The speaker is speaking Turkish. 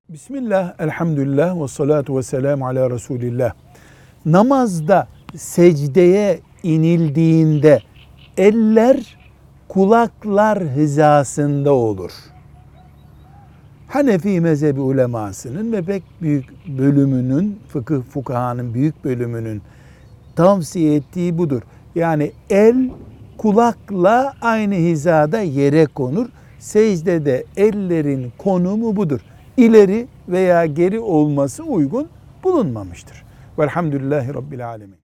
Bismillah, elhamdülillah ve salatu ve selamu ala Resulillah. Namazda secdeye inildiğinde eller kulaklar hizasında olur. Hanefi mezhebi ulemasının ve pek büyük bölümünün, fukahanın büyük bölümünün tavsiye ettiği budur. Yani el kulakla aynı hizada yere konur. Secdede ellerin konumu budur. İleri veya geri olması uygun bulunmamıştır. Velhamdülillahi Rabbil Alemin.